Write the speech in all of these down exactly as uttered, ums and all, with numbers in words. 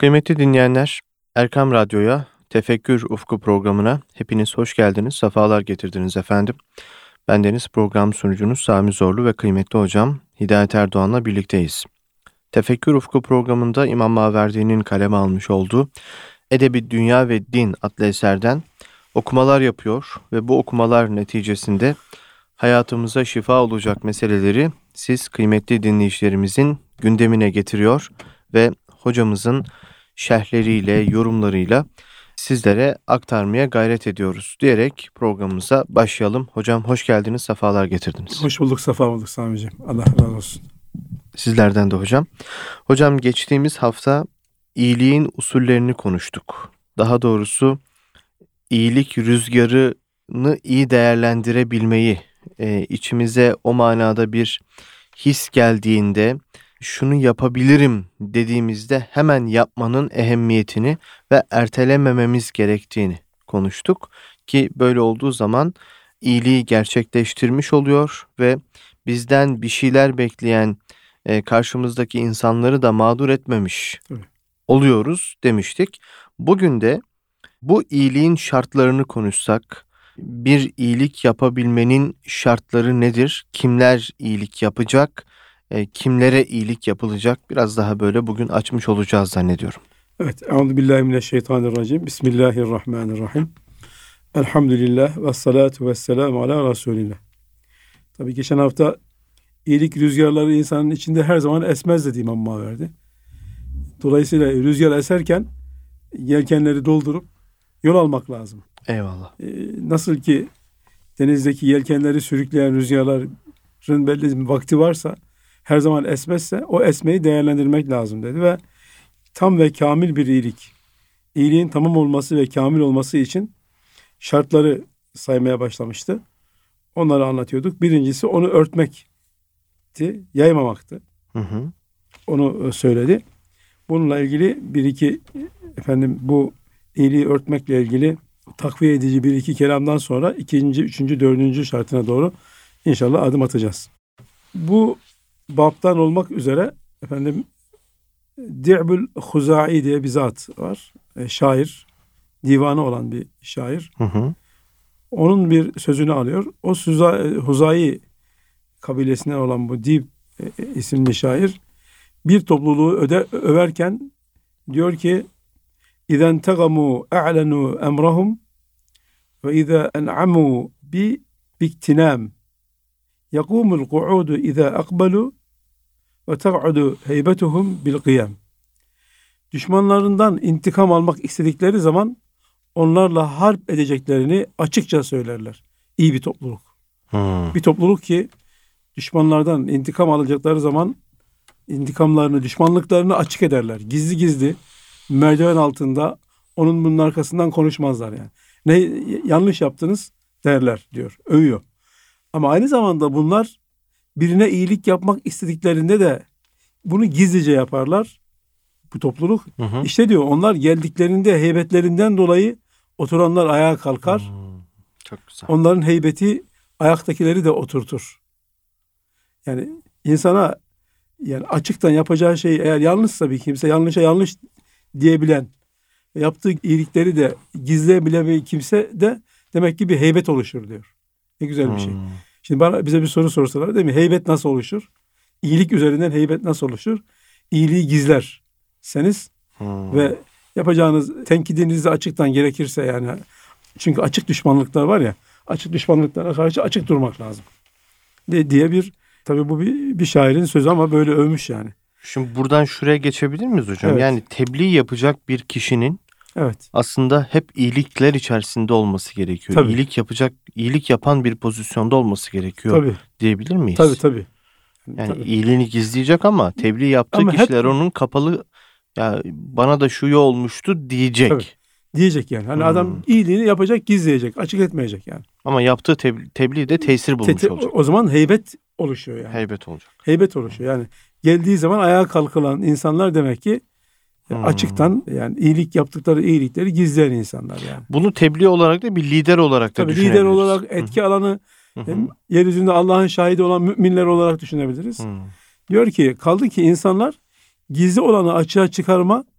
Kıymetli dinleyenler, Erkam Radyo'ya, Tefekkür Ufku programına hepiniz hoş geldiniz, sefalar getirdiniz efendim. Bendeniz program sunucunuz Sami Zorlu ve kıymetli hocam Hidayet Erdoğan'la birlikteyiz. Tefekkür Ufku programında İmam Maverdi'nin kaleme almış olduğu Edebi Dünya ve Din adlı eserden okumalar yapıyor ve bu okumalar neticesinde hayatımıza şifa olacak meseleleri siz kıymetli dinleyicilerimizin gündemine getiriyor ve hocamızın şerhleriyle, yorumlarıyla sizlere aktarmaya gayret ediyoruz diyerek programımıza başlayalım. Hocam hoş geldiniz, sefalar getirdiniz. Hoş bulduk, sefa bulduk Sami'ciğim. Allah razı olsun. Sizlerden de hocam. Hocam geçtiğimiz hafta iyiliğin usullerini konuştuk. Daha doğrusu iyilik rüzgarını iyi değerlendirebilmeyi, e, içimize o manada bir his geldiğinde şunu yapabilirim dediğimizde hemen yapmanın ehemmiyetini ve ertelemememiz gerektiğini konuştuk. Ki böyle olduğu zaman iyiliği gerçekleştirmiş oluyor ve bizden bir şeyler bekleyen e, karşımızdaki insanları da mağdur etmemiş Tabii. oluyoruz demiştik. Bugün de bu iyiliğin şartlarını konuşsak, bir iyilik yapabilmenin şartları nedir? Kimler iyilik yapacak? E, kimlere iyilik yapılacak? Biraz daha böyle bugün açmış olacağız zannediyorum. Evet. Euzubillahimineşşeytanirracim. Bismillahirrahmanirrahim. Elhamdülillah ve salatu ve selamu ala Resulillah. Tabii geçen hafta iyilik rüzgarları insanın içinde her zaman esmez dedi İmam Maverdi. Dolayısıyla rüzgar eserken yelkenleri doldurup yol almak lazım. Eyvallah. Ee, nasıl ki denizdeki yelkenleri sürükleyen rüzgarların belli bir vakti varsa, her zaman esmezse o esmeyi değerlendirmek lazım dedi ve tam ve kamil bir iyilik, iyiliğin tamam olması ve kamil olması için şartları saymaya başlamıştı. Onları anlatıyorduk. Birincisi onu örtmekti, yaymamaktı. Hı hı. Onu söyledi. Bununla ilgili bir iki efendim bu iyiliği örtmekle ilgili takviye edici bir iki kelamdan sonra ikinci, üçüncü, dördüncü şartına doğru inşallah adım atacağız. Bu babtan olmak üzere efendim Di'bül Huzai diye bir zat var. E, şair, divanı olan bir şair. Hı hı. Onun bir sözünü alıyor. O Huzai kabilesinden olan bu Dib e, isimli şair bir topluluğu öde, överken diyor ki İzen tegamu a'lenu emrahum ve iza en'amu bi biktinam yakumul qu'udu iza akbalu ve teq'udu heybetuhum bil kıyam. Düşmanlarından intikam almak istedikleri zaman onlarla harp edeceklerini açıkça söylerler. İyi bir topluluk. Hmm. Bir topluluk ki düşmanlardan intikam alacakları zaman intikamlarını, düşmanlıklarını açık ederler. Gizli gizli merdiven altında onun bunun arkasından konuşmazlar yani. Ne yanlış yaptınız derler diyor. Övüyor. Ama aynı zamanda bunlar birine iyilik yapmak istediklerinde de bunu gizlice yaparlar. Bu topluluk. Hı hı. İşte diyor onlar geldiklerinde heybetlerinden dolayı oturanlar ayağa kalkar. Hmm. Çok güzel. Onların heybeti ayaktakileri de oturtur. Yani insana yani açıktan yapacağı şey eğer yanlışsa bir kimse yanlışa yanlış diyebilen, yaptığı iyilikleri de gizleyebilen bir kimse de demek ki bir heybet oluşur diyor. Ne güzel bir şey. Hmm. Şimdi bana bize bir soru sorsalar değil mi? Heybet nasıl oluşur? İyilik üzerinden heybet nasıl oluşur? İyiliği gizlerseniz Hmm. ve yapacağınız tenkidinizi açıktan gerekirse yani çünkü açık düşmanlıklar var ya, açık düşmanlıklara karşı açık durmak lazım. De, diye bir tabii bu bir, bir şairin sözü ama böyle övmüş yani. Şimdi buradan şuraya geçebilir miyiz hocam? Evet. Yani tebliğ yapacak bir kişinin Evet. aslında hep iyilikler içerisinde olması gerekiyor. Tabii. İyilik yapacak, iyilik yapan bir pozisyonda olması gerekiyor Tabii. diyebilir miyiz? Tabii tabii. Yani Tabii. iyiliğini gizleyecek ama tebliğ yaptığı Ama hep- kişiler onun kapalı, ya bana da şu olmuştu diyecek. Tabii. Diyecek yani. Hani Hmm. adam iyiliğini yapacak, gizleyecek, açık etmeyecek yani. Ama yaptığı tebliğ, tebliğ de tesir bulmuş Tete- olacak. o zaman heybet oluşuyor yani. Heybet olacak. Heybet oluşuyor. Yani geldiği zaman ayağa kalkılan insanlar demek ki Hmm. açıktan yani iyilik yaptıkları iyilikleri gizleyen insanlar yani. Bunu tebliğ olarak da bir lider olarak da Tabii lider düşünebiliriz. olarak etki alanı Hı hı. hem yeryüzünde Allah'ın şahidi olan müminler olarak düşünebiliriz. Hı. Diyor ki kaldı ki insanlar gizli olanı açığa çıkarma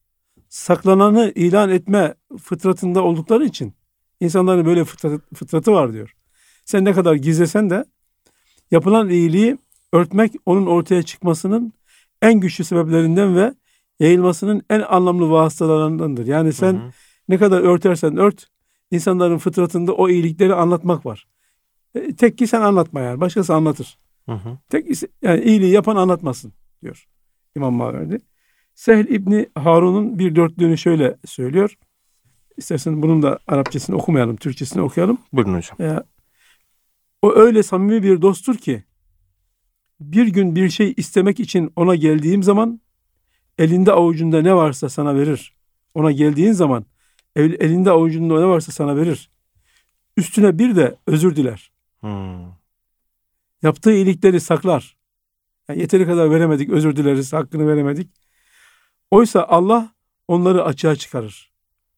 saklananı ilan etme fıtratında oldukları için insanların böyle fıtratı, fıtratı var diyor. Sen ne kadar gizlesen de yapılan iyiliği örtmek onun ortaya çıkmasının en güçlü sebeplerinden ve yayılmasının en anlamlı vasıtalarındandır. Yani sen hı hı. ne kadar örtersen ört, insanların fıtratında o iyilikleri anlatmak var. E, tek ki sen anlatma yani. Başkası anlatır. Hı hı. Tek yani iyiliği yapan anlatmasın diyor İmam Maverdi. Sehl İbni Harun'un bir dörtlüğünü şöyle söylüyor. İstersen bunun da Arapçasını okumayalım, Türkçesini okuyalım. Buyurun hocam. E, o öyle samimi bir dosttur ki bir gün bir şey istemek için ona geldiğim zaman elinde avucunda ne varsa sana verir. Ona geldiğin zaman elinde avucunda ne varsa sana verir. Üstüne bir de özür diler. Hmm. Yaptığı iyilikleri saklar. Yani yeteri kadar veremedik, özür dileriz, hakkını veremedik. Oysa Allah onları açığa çıkarır.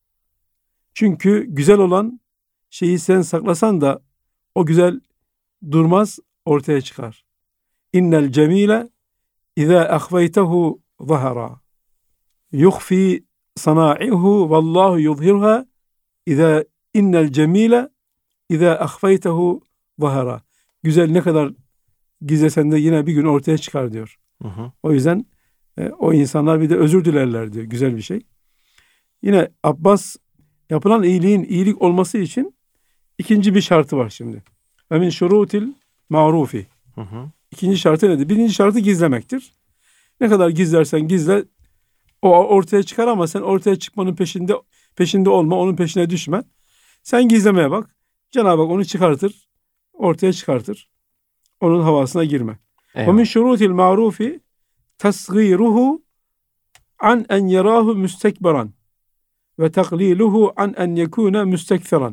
Çünkü güzel olan şeyi sen saklasan da o güzel durmaz, ortaya çıkar. İnnel cemile izâ ahveytehu zahara. Yukhfi sana'ihu vallahu yuzhirha izâ innel cemile izâ ahveytehu zahara. Güzel ne kadar gizlesen de yine bir gün ortaya çıkar diyor. Hı hı. O yüzden e, o insanlar bir de özür dilerler diyor. Güzel bir şey. Yine Abbas yapılan iyiliğin iyilik olması için ikinci bir şartı var şimdi. Ve min şurutil ma'rufi. Hı hı. İkinci şartı nedir? Birinci şartı gizlemektir. Ne kadar gizlersen gizle o ortaya çıkar ama sen ortaya çıkmanın peşinde peşinde olma, onun peşine düşme. Sen gizlemeye bak. Cenab-ı Hak onu çıkartır, ortaya çıkartır. Onun havasına girme. Ve min şurutil ma'rufi tasghiruhu an en yarahu müstekberan ve takliluhu an en yekune müstekferan.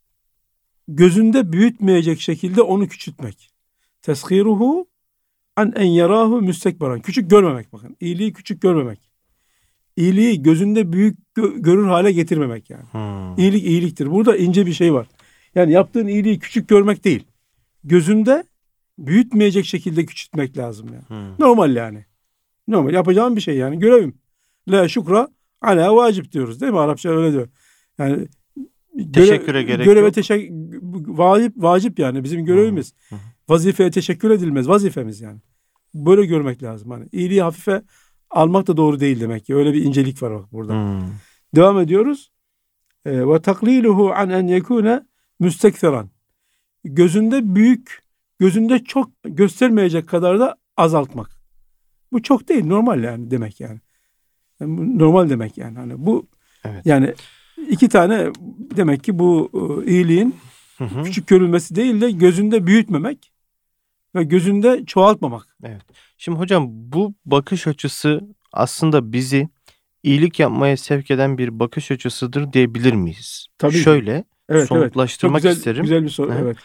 Gözünde büyütmeyecek şekilde onu küçültmek. Tasghiruhu an en yarahu müstekberan. Küçük görmemek bakın. İyiliği küçük görmemek. İyiliği gözünde büyük gö- görür hale getirmemek yani. Hmm. İyilik iyiliktir. Burada ince bir şey var. Yani yaptığın iyiliği küçük görmek değil. Gözünde büyütmeyecek şekilde küçültmek lazım yani. Hmm. Normal yani. Normal yapacağım bir şey yani. Görevim. La şükra ala vacip diyoruz değil mi? Arapça öyle diyor. Yani teşekküre göre, gerek göreve yok. Teşek, vacip, vacip yani bizim görevimiz. Hmm. Vazifeye teşekkür edilmez. Vazifemiz yani. Böyle görmek lazım. Hani iyiliği hafife almak da doğru değil demek ki. Öyle bir incelik var bak burada. Hmm. Devam ediyoruz. Ve takliluhu an en yekune müstekferan. Gözünde büyük, gözünde çok göstermeyecek kadar da azaltmak. Bu çok değil, normal yani demek yani. yani normal demek yani. Hani bu evet. Yani iki tane demek ki bu iyiliğin hı hı. küçük görülmesi değil de gözünde büyütmemek ve gözünde çoğaltmamak. Evet. Şimdi hocam bu bakış açısı aslında bizi iyilik yapmaya sevk eden bir bakış açısıdır diyebilir miyiz? Tabii. Şöyle evet, somutlaştırmak evet. Çok güzel, isterim. Güzel bir soru. Evet.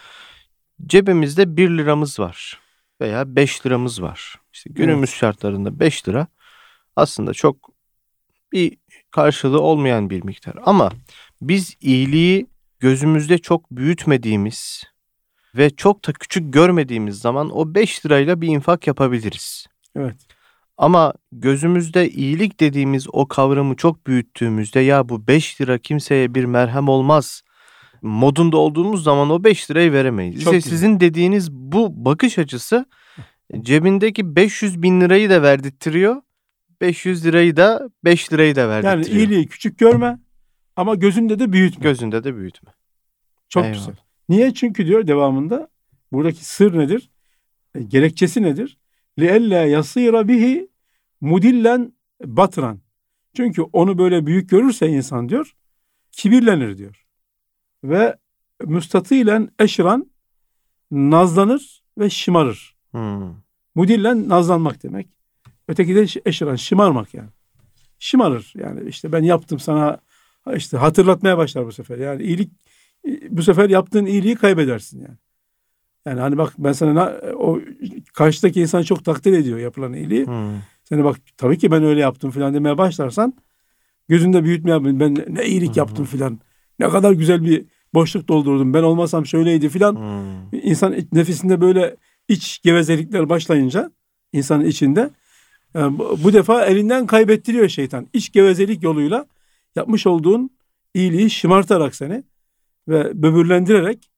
Cebimizde bir liramız var veya beş liramız var. İşte günümüz evet. şartlarında beş lira aslında çok bir karşılığı olmayan bir miktar. Ama biz iyiliği gözümüzde çok büyütmediğimiz ve çok da küçük görmediğimiz zaman o beş lirayla bir infak yapabiliriz. Evet. Ama gözümüzde iyilik dediğimiz o kavramı çok büyüttüğümüzde ya bu beş lira kimseye bir merhem olmaz modunda olduğumuz zaman o beş lirayı veremeyiz. İşte sizin dediğiniz bu bakış açısı cebindeki beş yüz bin lirayı da verdirtiyor. beş yüz lirayı da beş lirayı da verdirtiyor. Yani iyiliği küçük görme ama gözünde de büyütme. Gözünde de büyütme. Çok Eyvallah. Güzel. Niye? Çünkü diyor devamında buradaki sır nedir? E, gerekçesi nedir? لِأَلَّا يَصِيرَ بِهِ مُدِلًّا بَطْرًا. Çünkü onu böyle büyük görürse insan diyor, kibirlenir diyor. Ve müstatilen eşran nazlanır ve şımarır. Hmm. Mudillen nazlanmak demek. Öteki de eşran şımarmak yani. Şımarır yani işte ben yaptım sana işte hatırlatmaya başlar bu sefer. Yani iyilik bu sefer yaptığın iyiliği kaybedersin yani. Yani hani bak ben sana o karşıdaki insan çok takdir ediyor yapılan iyiliği. Hmm. Seni bak tabii ki ben öyle yaptım filan demeye başlarsan gözünde büyütmeye ben ne iyilik hmm. yaptım filan. Ne kadar güzel bir boşluk doldurdum. Ben olmasam şöyleydi filan. Hmm. İnsan nefsinde böyle iç gevezelikler başlayınca insanın içinde Yani bu, bu defa elinden kaybettiriyor şeytan. İç gevezelik yoluyla yapmış olduğun iyiliği şımartarak seni ve böbürlendirerek,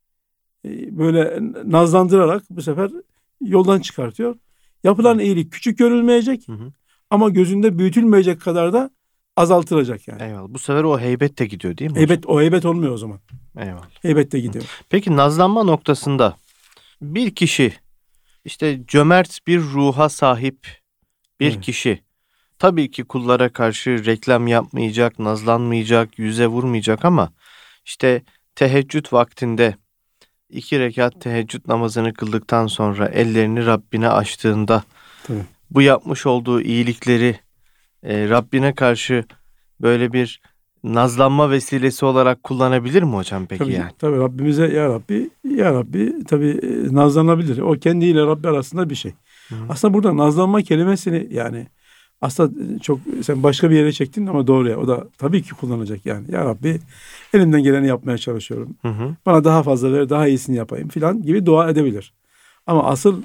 böyle nazlandırarak bu sefer yoldan çıkartıyor. Yapılan Hı. iyilik küçük görülmeyecek, Hı hı. ama gözünde büyütülmeyecek kadar da azaltılacak yani. Eyvallah. Bu sefer o heybet de gidiyor değil mi hocam? Heybet, o heybet olmuyor o zaman. Eyvallah. Heybet de gidiyor. Peki nazlanma noktasında bir kişi, işte cömert bir ruha sahip bir Evet. kişi tabii ki kullara karşı reklam yapmayacak, nazlanmayacak, yüze vurmayacak ama işte teheccüd vaktinde iki rekat teheccüd namazını kıldıktan sonra ellerini Rabbine açtığında Tabii. bu yapmış olduğu iyilikleri e, Rabbine karşı böyle bir nazlanma vesilesi olarak kullanabilir mi hocam peki Tabii, yani? tabii Rabbimize ya Rabbi, ya Rabbi tabii e, nazlanabilir. O kendiyle Rabbi arasında bir şey. Hı hı. Aslında burada nazlanma kelimesini yani aslında çok sen başka bir yere çektin ama doğru ya. O da tabii ki kullanacak yani. Ya Rabbi, elimden geleni yapmaya çalışıyorum. Hı hı. Bana daha fazla ver, daha iyisini yapayım filan gibi dua edebilir. Ama asıl,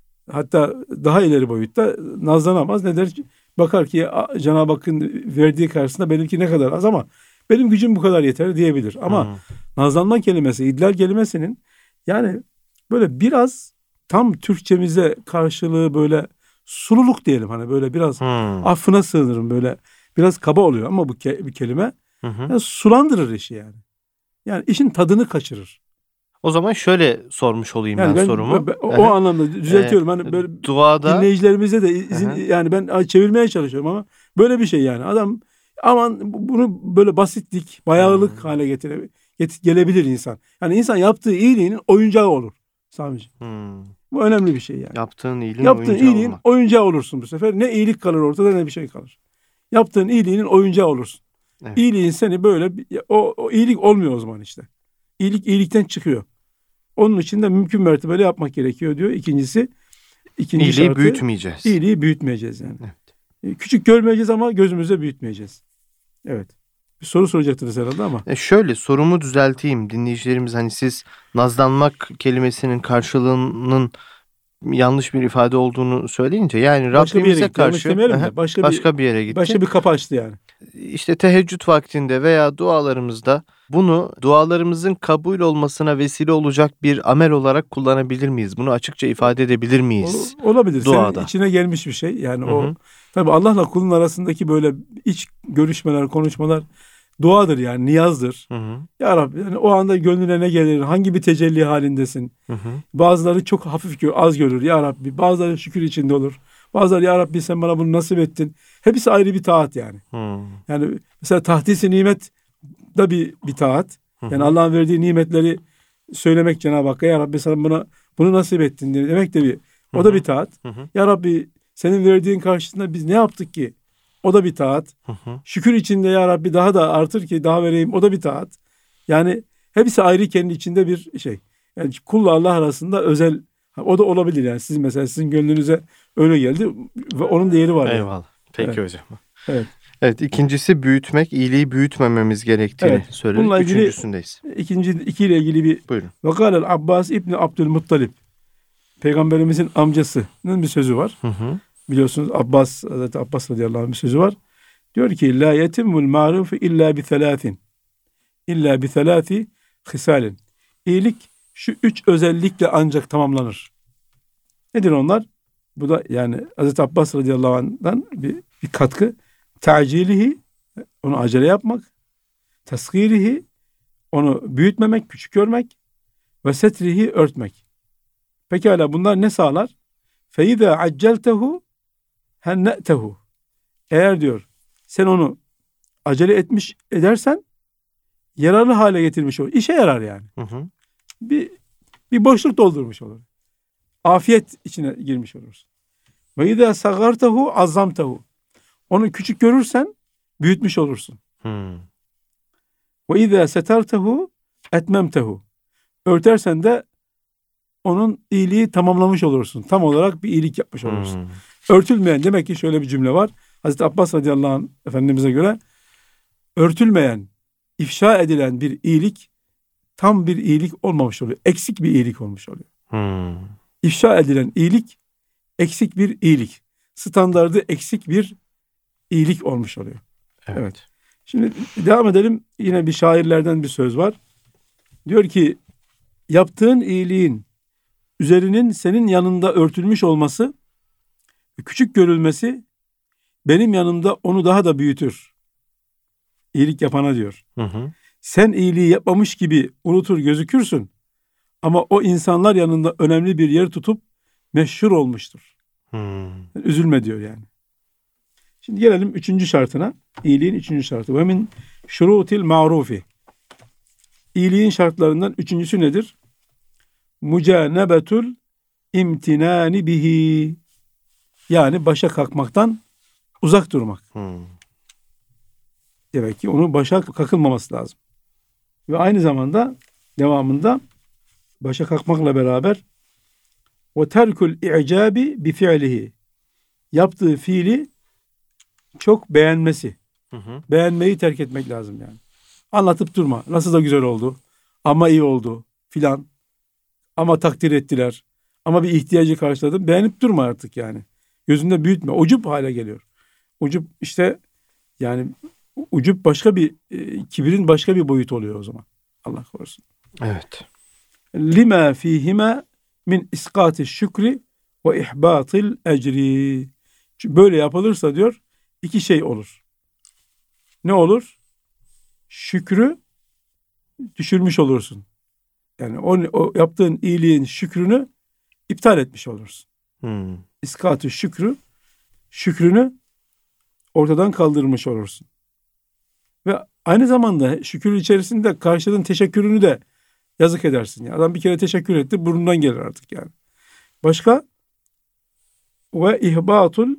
hatta daha ileri boyutta nazlanamaz. Ne der? Bakar ki Cenab-ı Hakk'ın verdiği karşısında benimki ne kadar az ama benim gücüm bu kadar yeter diyebilir. Ama Hı. nazlanma kelimesi, idlal kelimesinin yani böyle biraz tam Türkçemize karşılığı böyle sululuk diyelim. Hani böyle biraz Hı. affına sığınırım, böyle biraz kaba oluyor ama bu ke- bir kelime Hı hı. yani sulandırır işi yani. Yani işin tadını kaçırır. O zaman şöyle sormuş olayım Yani ben ben, sorumu. ben o, Hı hı. o anlamda düzeltiyorum. Hani böyle Duada dinleyicilerimize de izin, Hı hı. yani ben çevirmeye çalışıyorum ama böyle bir şey yani. Adam aman bunu böyle basitlik, bayağılık Hı. hale getire, get- gelebilir insan. Yani insan yaptığı iyiliğinin oyuncağı olur Sami'ciğim. Hı. Bu önemli bir şey yani. Yaptığın iyiliğin Yaptığın oyuncağı iyiliğin olmak. oyuncağı olursun bu sefer. Ne iyilik kalır ortada, ne bir şey kalır. Yaptığın iyiliğinin oyuncağı olursun. Evet. İyiliğin seni böyle, o, o iyilik olmuyor o zaman işte. İyilik iyilikten çıkıyor. Onun için de mümkün mertebeli yapmak gerekiyor diyor. İkincisi, ikinci İyiliği şartı, büyütmeyeceğiz. iyiliği büyütmeyeceğiz yani. Evet. Küçük görmeyeceğiz ama gözümüzde büyütmeyeceğiz. Evet. Bir soru soracaktınız herhalde ama. E şöyle sorumu düzelteyim. Dinleyicilerimiz, hani siz nazlanmak kelimesinin karşılığının yanlış bir ifade olduğunu söyleyince, yani Başka bir yere Rabbimize gitti. Yanlış karşı demeyelim Hı hı, de. Başka, başka bir bir yere gitti. başka bir kapı açtı yani. İşte teheccüd vaktinde veya dualarımızda bunu dualarımızın kabul olmasına vesile olacak bir amel olarak kullanabilir miyiz? Bunu açıkça ifade edebilir miyiz O, olabilir. duada? Senin içine gelmiş bir şey. Yani Hı o hı. tabii Allah'la kulun arasındaki böyle iç görüşmeler, konuşmalar duadır yani, niyazdır. Hı hı. Ya Rabbi, yani o anda gönlüne ne gelir? Hangi bir tecelli halindesin? Hı hı. Bazıları çok hafif gör, az görür ya Rabbi. Bazıları şükür içinde olur. Bazıları ya Rabbi sen bana bunu nasip ettin. Hepsi ayrı bir taat yani. Hı. Yani mesela tahdis-i nimet da bir, bir taat. Hı Yani hı. Allah'ın verdiği nimetleri söylemek Cenab-ı Hakk'a, ya Rabbi sana buna, bunu nasip ettin demek de bir, o da bir taat. Hı hı. Ya Rabbi senin verdiğin karşısında biz ne yaptık ki? O da bir taat. Hı hı. Şükür içinde ya Rabbi daha da artır ki daha vereyim, o da bir taat. Yani hepsi ayrı kendi içinde bir şey. Yani kulla Allah arasında özel, o da olabilir yani. Siz mesela, sizin gönlünüze öyle geldi ve onun değeri var. Yani. Eyvallah. Peki Evet. hocam. Evet. Evet, ikincisi büyütmek, iyiliği büyütmememiz gerektiğini Evet. söyledik. Bununla ilgili Üçüncüsündeyiz. ikinci ikiyle ilgili bir Buyurun. Vakâlel Abbas İbni Abdülmuttalib, Peygamberimizin amcasının bir sözü var. Hı hı. Biliyorsunuz Abbas, Hazreti Abbas radıyallahu anh bir sözü var. Diyor ki la yetimul marufu illa bi thelâthin. İlla bi thelâthi hisalin. İyilik şu üç özellikle ancak tamamlanır. Nedir onlar? Bu da yani Hazreti Abbas radıyallahu anh'dan bir, bir katkı. Ta'cilihi, onu acele yapmak. Tasgirihi, onu büyütmemek, küçük görmek. Ve setrihi, örtmek. Pekala bunlar ne sağlar? Feiza acceltehu henne'tehu. Eğer diyor sen onu acele etmiş edersen yararlı hale getirmiş olur. İşe yarar yani. Hı hı. Bir bir boşluk doldurmuş olur. Afiyet içine girmiş olursun. Ve izâ sagartehu azzamtehu. Onu küçük görürsen büyütmüş olursun. Hı. Ve izâ setertehu etmemtehu. Örtersen de onun iyiliği tamamlamış olursun. Tam olarak bir iyilik yapmış olursun. Hı. Örtülmeyen, demek ki şöyle bir cümle var. Hazreti Abbas radıyallahu anh Efendimiz'e göre örtülmeyen, ifşa edilen bir iyilik tam bir iyilik olmamış oluyor. Eksik bir iyilik olmuş oluyor. Hı. İfşa edilen iyilik eksik bir iyilik. standardı eksik bir iyilik olmuş oluyor. Evet. Evet. Şimdi devam edelim. Yine bir şairlerden bir söz var. Diyor ki yaptığın iyiliğin üzerinin senin yanında örtülmüş olması, küçük görülmesi benim yanımda onu daha da büyütür. İyilik yapana diyor. Hı hı. Sen iyiliği yapmamış gibi unutur gözükürsün. Ama o insanlar yanında önemli bir yer tutup meşhur olmuştur. Hmm. Üzülme diyor yani. Şimdi gelelim üçüncü şartına. İyiliğin üçüncü şartı. Ve min şurutil ma'rufi. İyiliğin şartlarından üçüncüsü nedir? Mucanebetul imtinani bihi. Yani başa kalkmaktan uzak durmak. Hmm. Demek ki onu başa kakılmaması lazım. Ve aynı zamanda devamında başa kalkmakla beraber ve terkul i'cabi bi fi'lihi. Yaptığı fiili çok beğenmesi. Hı hı. Beğenmeyi terk etmek lazım yani. Anlatıp durma. Nasıl da güzel oldu. Ama iyi oldu filan. Ama takdir ettiler. Ama bir ihtiyacı karşıladım. Beğenip durma artık yani. Gözünde büyütme. Ucup hale geliyor. Ucup işte yani ucup başka bir e, kibrin başka bir boyut oluyor o zaman. Allah korusun. Evet. Lima fihime min iskati şükri ve ihbatil ecri. Böyle yapılırsa diyor iki şey olur. Ne olur? Şükrü düşürmüş olursun. Yani o, o yaptığın iyiliğin şükrünü iptal etmiş olursun. Hmm. İskatü şükrü, şükrünü ortadan kaldırmış olursun. Ve aynı zamanda şükür içerisinde karşılığın teşekkürünü de yazık edersin. Yani adam bir kere teşekkür etti, burnundan gelir artık yani. Başka ve ihbatul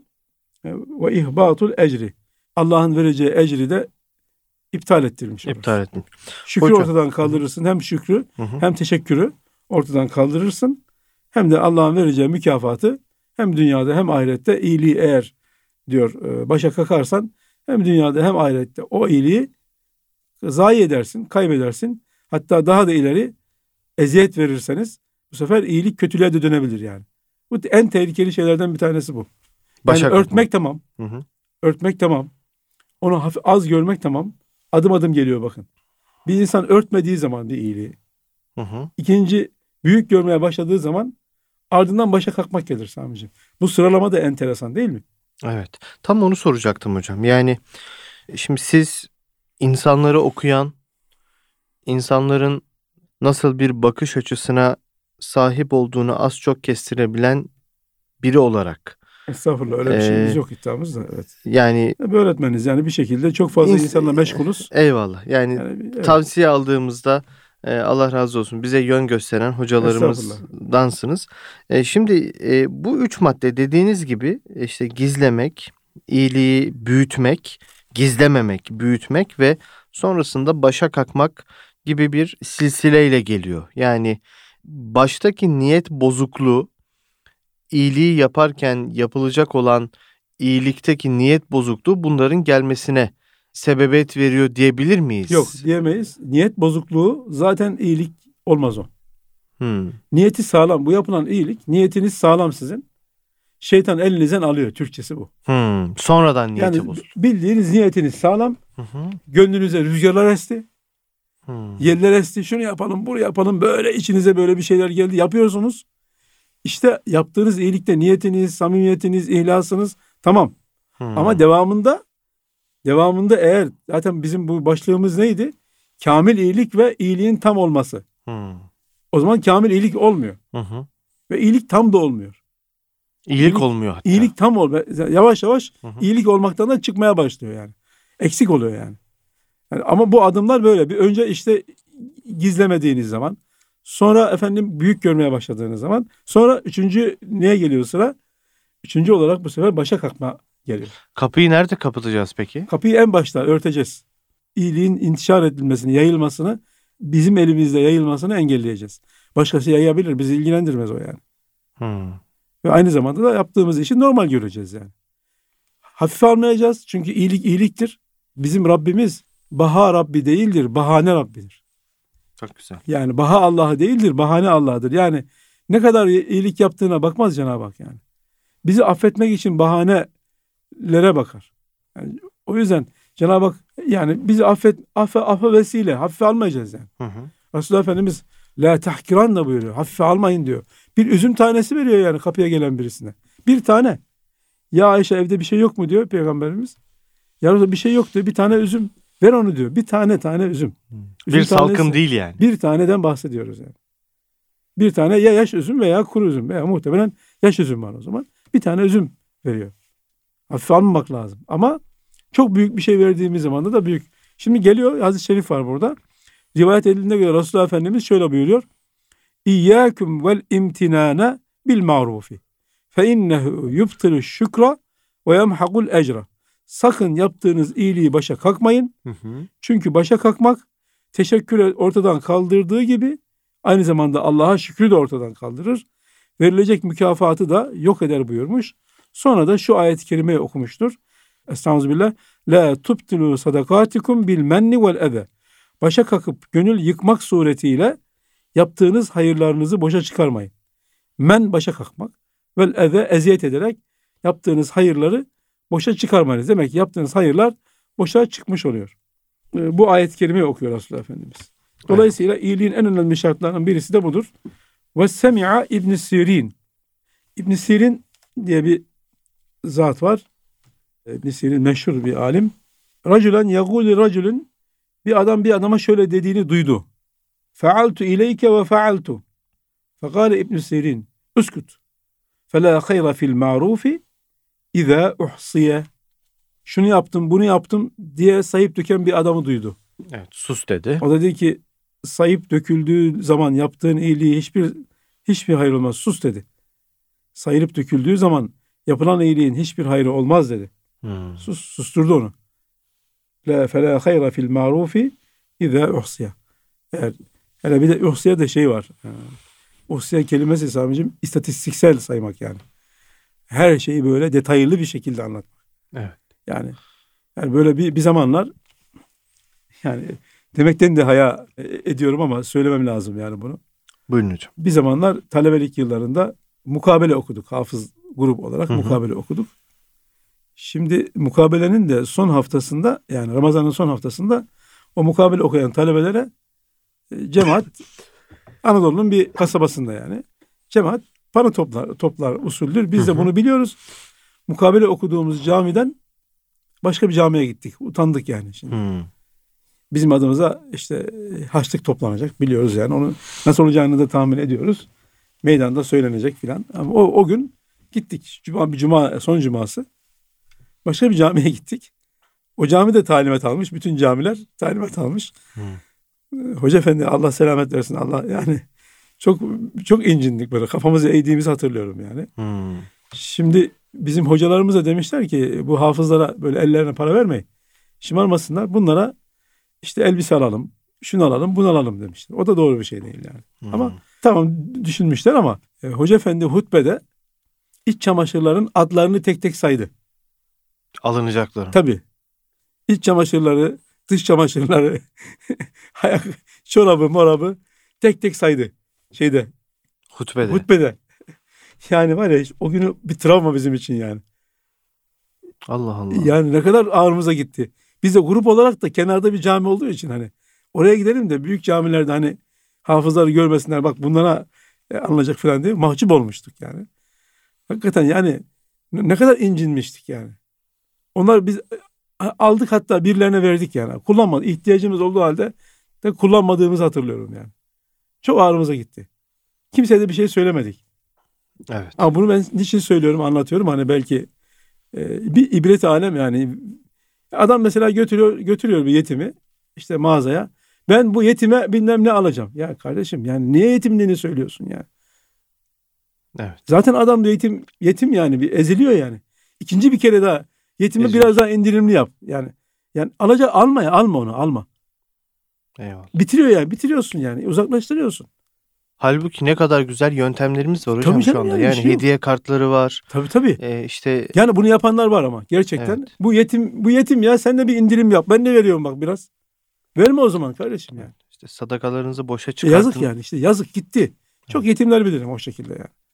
ve ihbatul ecri. Allah'ın vereceği ecri de iptal ettirmiş olursun. İptal ettim. Şükrü Hocam. ortadan kaldırırsın. Hem şükrü Hı hı. hem teşekkürü ortadan kaldırırsın. Hem de Allah'ın vereceği mükafatı hem dünyada hem ahirette iyiliği eğer diyor başa kakarsan hem dünyada hem ahirette o iyiliği zayi edersin, kaybedersin. Hatta daha da ileri eziyet verirseniz bu sefer iyilik kötülüğe de dönebilir yani. Bu en tehlikeli şeylerden bir tanesi bu. Yani Başa örtmek tamam. Hı hı. Örtmek tamam. Onu hafif az görmek tamam. Adım adım geliyor bakın. Bir insan örtmediği zaman bir iyiliği. Hı hı. İkinci büyük görmeye başladığı zaman ardından başa kalkmak gelir Sami'ciğim. Bu sıralama da enteresan değil mi? Evet. Tam onu soracaktım hocam. Yani şimdi siz insanları okuyan, insanların nasıl bir bakış açısına sahip olduğunu az çok kestirebilen biri olarak. Estağfurullah öyle bir Ee, şeyimiz yok iddiamız da. Evet. Yani Bir öğretmeniz yani bir şekilde çok fazla ins- insanla meşgulüz. eyvallah. Yani, Yani, evet. tavsiye aldığımızda e, Allah razı olsun bize yön gösteren hocalarımızdansınız. E, şimdi e, bu üç madde dediğiniz gibi işte gizlemek, iyiliği büyütmek, gizlememek, büyütmek ve sonrasında başa kalkmak gibi bir silsileyle geliyor. Yani baştaki niyet bozukluğu, iyiliği yaparken yapılacak olan iyilikteki niyet bozukluğu bunların gelmesine sebebiyet veriyor diyebilir miyiz? Yok diyemeyiz. Niyet bozukluğu zaten iyilik olmaz o. Hmm. Niyeti sağlam. Bu yapılan iyilik niyetiniz sağlam sizin. Şeytan elinizden alıyor. Türkçesi bu. Hmm. Sonradan niyeti Yani bozuldu. bildiğiniz niyetiniz sağlam. Hı hı. Gönlünüze rüzgarlar esti. Hmm. Yerler esti. Şunu yapalım, bunu yapalım. Böyle içinize böyle bir şeyler geldi. Yapıyorsunuz. İşte yaptığınız iyilikte niyetiniz, samimiyetiniz, ihlasınız tamam. Hmm. Ama devamında devamında eğer zaten bizim bu başlığımız neydi? Kamil iyilik ve iyiliğin tam olması. Hmm. O zaman kamil iyilik olmuyor. Hı hı. Ve iyilik tam da olmuyor. İyilik, İyilik- olmuyor hatta. İyilik tam ol. Yavaş yavaş Hı hı. iyilik olmaktan da çıkmaya başlıyor yani. Eksik oluyor yani. Yani ama bu adımlar böyle. Bir önce işte gizlemediğiniz zaman, sonra efendim büyük görmeye başladığınız zaman, sonra üçüncü neye geliyor sıra? Üçüncü olarak bu sefer başa kalkma geliyor. Kapıyı nerede kapatacağız peki? Kapıyı en başta örteceğiz. İyiliğin intişar edilmesini, yayılmasını, bizim elimizde yayılmasını engelleyeceğiz. Başkası yayabilir, bizi ilgilendirmez o yani. Hmm. Ve aynı zamanda da yaptığımız işi normal göreceğiz yani. Hafife almayacağız çünkü iyilik iyiliktir. Bizim Rabbimiz Baha Rabbi değildir, bahane Rabbidir. Çok güzel. Yani Baha Allah'ı değildir, bahane Allah'dır. Yani ne kadar iyilik yaptığına bakmaz Cenab-ı Hak yani. bizi affetmek için bahanelere bakar. Yani o yüzden Cenab-ı Hak yani bizi affet, affe, affe vesile, hafife almayacağız yani. Hı hı. Resulullah Efendimiz la tahkiran da buyuruyor. Hafife almayın diyor. Bir üzüm tanesi veriyor yani kapıya gelen birisine. Bir tane. Ya Ayşe evde bir şey yok mu diyor Peygamberimiz. Ya bir şey yok diyor. Bir tane üzüm ver onu diyor. Bir tane tane üzüm. üzüm bir salkım tanesi, değil yani. Bir taneden bahsediyoruz yani. Bir tane ya yaş üzüm veya kuru üzüm veya muhtemelen yaş üzüm var o zaman. Bir tane üzüm veriyor. Hafife almamak lazım. Ama çok büyük bir şey verdiğimiz zaman da da büyük. Şimdi geliyor hadis-i şerif var burada. Rivayet edildiğine göre Resulullah Efendimiz şöyle buyuruyor. İyyâküm vel imtinâne bil ma'rufi. Fe innehu yubtilu şükra ve yemhakul ecra. Sakın yaptığınız iyiliği başa kalkmayın. Hı hı. Çünkü başa kalkmak teşekkürü ortadan kaldırdığı gibi aynı zamanda Allah'a şükrü de ortadan kaldırır. Verilecek mükafatı da yok eder buyurmuş. Sonra da şu ayet-i kerimeyi okumuştur. Estağfirullah. La tubtilu sadakatikum bil menni vel eze. Başa kalkıp gönül yıkmak suretiyle yaptığınız hayırlarınızı boşa çıkarmayın. Men başa kalkmak. Vel eze eziyet ederek yaptığınız hayırları boşa çıkarmayınız. Demek ki yaptığınız hayırlar boşa çıkmış oluyor. Bu ayet-i kerimeyi okuyor Resulullah Efendimiz. Dolayısıyla evet. iyiliğin en önemli şartlarından birisi de budur. Ve semi'a İbn Sirin. İbn Sirin diye bir zat var. İbn Sirin meşhur bir alim. Raculen yaguli raculun, bir adam bir adama şöyle dediğini duydu. Fealtu ileyke ve fealtu. Fekale İbn Sirin uskut. Fela hayra fil ma'rufi iza uhsiye. Şunu yaptım, bunu yaptım diye sayıp döken bir adamı duydu. Evet, sus dedi. O da dedi ki sayıp döküldüğü zaman yaptığın iyiliği hiçbir hiçbir hayır olmaz. Sus dedi. Sayılıp döküldüğü zaman yapılan iyiliğin hiçbir hayrı olmaz dedi. Hmm. Sus, susturdu onu. La fela hayra fil ma'rufi iza uhsiye. Eğer hele bir de uhsiye de şey var. Uhsiye kelimesi Sami'cim istatistiksel saymak yani. Her şeyi böyle detaylı bir şekilde anlatmak. Evet. Yani yani böyle bir bir zamanlar yani demekten de haya ediyorum ama söylemem lazım yani bunu. Buyurun hocam. Bir zamanlar talebelik yıllarında mukabele okuduk. Hafız grup olarak hı hı. mukabele okuduk. Şimdi mukabelenin de son haftasında yani Ramazan'ın son haftasında o mukabele okuyan talebelere cemaat Anadolu'nun bir kasabasında yani cemaat para toplar, toplar usuldür. Biz hı hı. de bunu biliyoruz. Mukabele okuduğumuz camiden başka bir camiye gittik. Utandık yani şimdi. Hı. Bizim adımıza işte haçlık toplanacak biliyoruz yani. Onun nasıl olacağını da tahmin ediyoruz. Meydanda söylenecek filan. Ama o, o gün gittik. Cuma, bir cuma, son cuması. Başka bir camiye gittik. O cami de talimat almış. Bütün camiler talimat almış. Hmm. Hoca efendi Allah selamet versin. Allah yani çok çok incindik böyle. Kafamızı eğdiğimizi hatırlıyorum yani. Hmm. Şimdi bizim hocalarımız da demişler ki bu hafızlara böyle ellerine para vermeyin. Şımarmasınlar. Bunlara işte elbise alalım, şunu alalım, bunu alalım demişler. O da doğru bir şey değil yani. Hmm. Ama tamam düşünmüşler ama e, Hoca efendi hutbede iç çamaşırların adlarını tek tek saydı. Alınacakları. Tabii. İç çamaşırları, dış çamaşırları, ayak, çorabı, morabı tek tek saydı. Şeyde. Hutbede. Hutbede. Yani var ya o günü bir travma bizim için yani. Allah Allah. Yani ne kadar ağrımıza gitti. Biz de grup olarak da kenarda bir cami olduğu için hani oraya gidelim de büyük camilerde hani hafızları görmesinler bak bunlara e, anılacak falan diye mahcup olmuştuk yani. Hakikaten yani ne kadar incinmiştik yani. Onlar biz aldık hatta birilerine verdik yani. Kullanmadık. İhtiyacımız olduğu halde de kullanmadığımızı hatırlıyorum yani. Çok ağrımıza gitti. Kimseye de bir şey söylemedik. Evet. Ama bunu ben niçin söylüyorum, anlatıyorum. Hani belki e, bir ibret alem yani. Adam mesela götürüyor götürüyor bir yetimi işte mağazaya. Ben bu yetime bilmem ne alacağım. Ya kardeşim yani niye yetimliğini söylüyorsun ya? Evet. Zaten adam da yetim yetim yani bir eziliyor yani. İkinci bir kere daha yetime Ezil. biraz daha indirimli yap. Yani yani alacak alma ya alma onu alma. Eyvallah. Bitiriyor yani bitiriyorsun yani uzaklaştırıyorsun. Halbuki ne kadar güzel yöntemlerimiz var hocam tabii şu anda. Yani, yani şey hediye yok. Kartları var. Tabii tabii. Ee, işte yani bunu yapanlar var ama gerçekten. Evet. Bu yetim bu yetim ya sen de bir indirim yap. Ben de veriyorum bak biraz. Verme o zaman kardeşim yani. İşte sadakalarınızı boşa çıkartın. E yazık yani işte yazık gitti. Çok evet. yetimler bilirim o şekilde yani.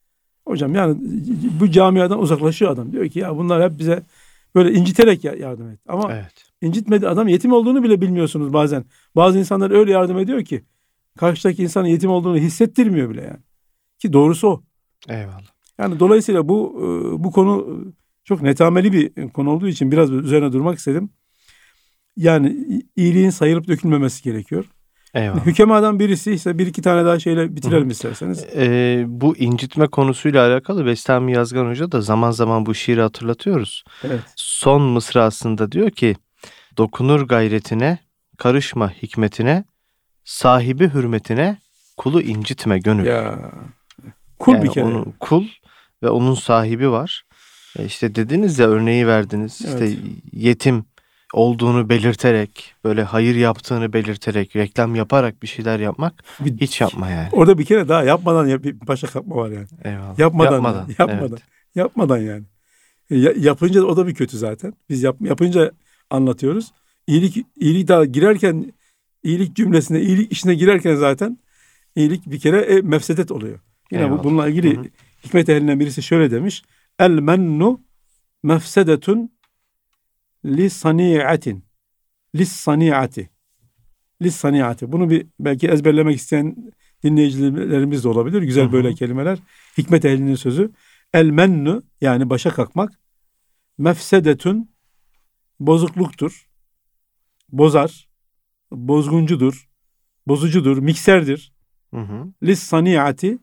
Hocam yani bu camiadan uzaklaşıyor adam. Diyor ki ya bunlar hep bize böyle inciterek yardım et. Ama Evet. incitmedi, adam yetim olduğunu bile bilmiyorsunuz bazen. Bazı insanlar öyle yardım ediyor ki karşıdaki insanın yetim olduğunu hissettirmiyor bile yani. Ki doğrusu o. Eyvallah. Yani dolayısıyla bu bu konu çok netameli bir konu olduğu için biraz üzerine durmak istedim. Yani iyiliğin sayılıp dökülmemesi gerekiyor. Eyvallah. Hükemadan birisi ise bir iki tane daha şeyle bitirelim isterseniz. Ee, bu incitme konusuyla alakalı Bestami Yazgan Hoca da zaman zaman bu şiiri hatırlatıyoruz. Evet. Son mısrasında diyor ki, dokunur gayretine, karışma hikmetine, sahibi hürmetine, kulu incitme gönül. Ya kul yani bir kere. Onun, kul ve onun sahibi var. E işte dediniz ya, örneği verdiniz. Evet. İşte yetim olduğunu belirterek, böyle hayır yaptığını belirterek, reklam yaparak bir şeyler yapmak Bir, hiç yapma yani. Orada bir kere daha yapmadan yap, bir başa kalkma var yani. Eyvallah. Yapmadan. Yapmadan. Yapmadan. Evet. Yapmadan yani. Ya, yapınca o da bir kötü zaten. Biz yap, yapınca anlatıyoruz. İyilik, iyilik daha girerken, iyilik cümlesine, iyilik işine girerken zaten iyilik bir kere e, mefsedet oluyor. Yine bu, bununla ilgili hı hı. hikmet ehlinden birisi şöyle demiş. El mennu mefsedetun li sani'atin. Lis sani'ati. Lis sani'ati. Bunu bir belki ezberlemek isteyen dinleyicilerimiz de olabilir. Güzel hı hı. böyle kelimeler. Hikmet ehlinin sözü. El mennu yani başa kalkmak. Mefsedetun bozukluktur. Bozar. Bozguncudur. Bozucudur. Mikserdir. Hı hı. Lis sani'ati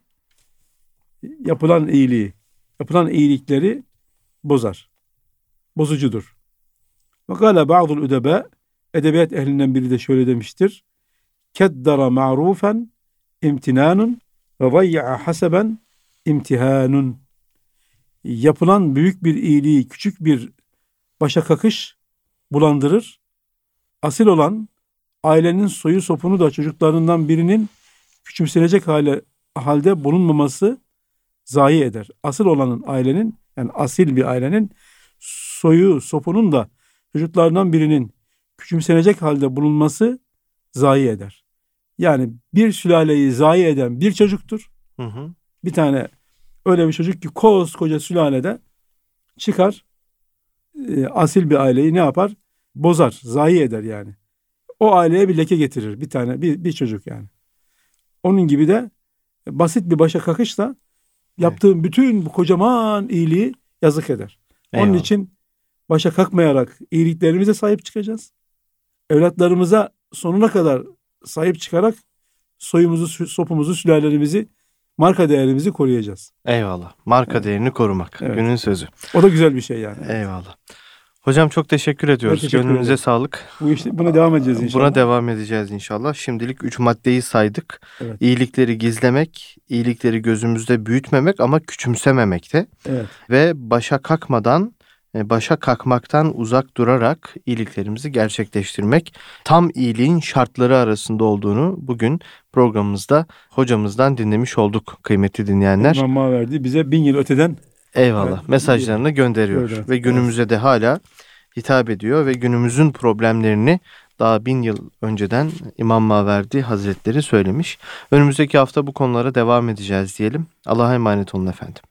yapılan iyiliği, yapılan iyilikleri bozar. Bozucudur. Ve kâle ba'dul üdebe, edebiyat ehlinden biri de şöyle demiştir. Keddara ma'rufen imtinanun ve zayya'a haseben imtihanun. Yapılan büyük bir iyiliği küçük bir başa kakış bulandırır. Asil olan ailenin soyu sopunu da çocuklarından birinin küçümsenecek hale, halde bulunmaması zayi eder. Asıl olanın ailenin, yani asil bir ailenin soyu sopunun da çocuklarından birinin küçümsenecek halde bulunması zayi eder. Yani bir sülaleyi zayi eden bir çocuktur. Hı hı. Bir tane öyle bir çocuk ki koskoca sülalede çıkar, e, asil bir aileyi ne yapar? Bozar, zayi eder yani. O aileye bir leke getirir bir tane, bir, bir çocuk yani. Onun gibi de basit bir başa kakışla yaptığın evet. bütün bu kocaman iyiliği yazık eder. Eyvallah. Onun için başa kalkmayarak iyiliklerimize sahip çıkacağız. Evlatlarımıza sonuna kadar sahip çıkarak soyumuzu, sopumuzu, sülalemizi, marka değerimizi koruyacağız. Eyvallah. Marka evet. değerini korumak. Evet. Günün sözü. O da güzel bir şey yani. Eyvallah. Hocam çok teşekkür ediyoruz. Teşekkür Gönlünüze ederim. Sağlık. Bu işte buna devam edeceğiz inşallah. Buna devam edeceğiz inşallah. Şimdilik üç maddeyi saydık. Evet. İyilikleri gizlemek, iyilikleri gözümüzde büyütmemek ama küçümsememekte. Evet. Ve başa kalkmadan, başa kalkmaktan uzak durarak iyiliklerimizi gerçekleştirmek tam iyiliğin şartları arasında olduğunu bugün programımızda hocamızdan dinlemiş olduk kıymetli dinleyenler. İmam Maverdi bize bin yıl öteden Eyvallah. Evet, mesajlarını gönderiyor evet, ve günümüze evet. de hala hitap ediyor ve günümüzün problemlerini daha bin yıl önceden İmam Maverdi Hazretleri söylemiş. Önümüzdeki hafta bu konulara devam edeceğiz diyelim. Allah'a emanet olun efendim.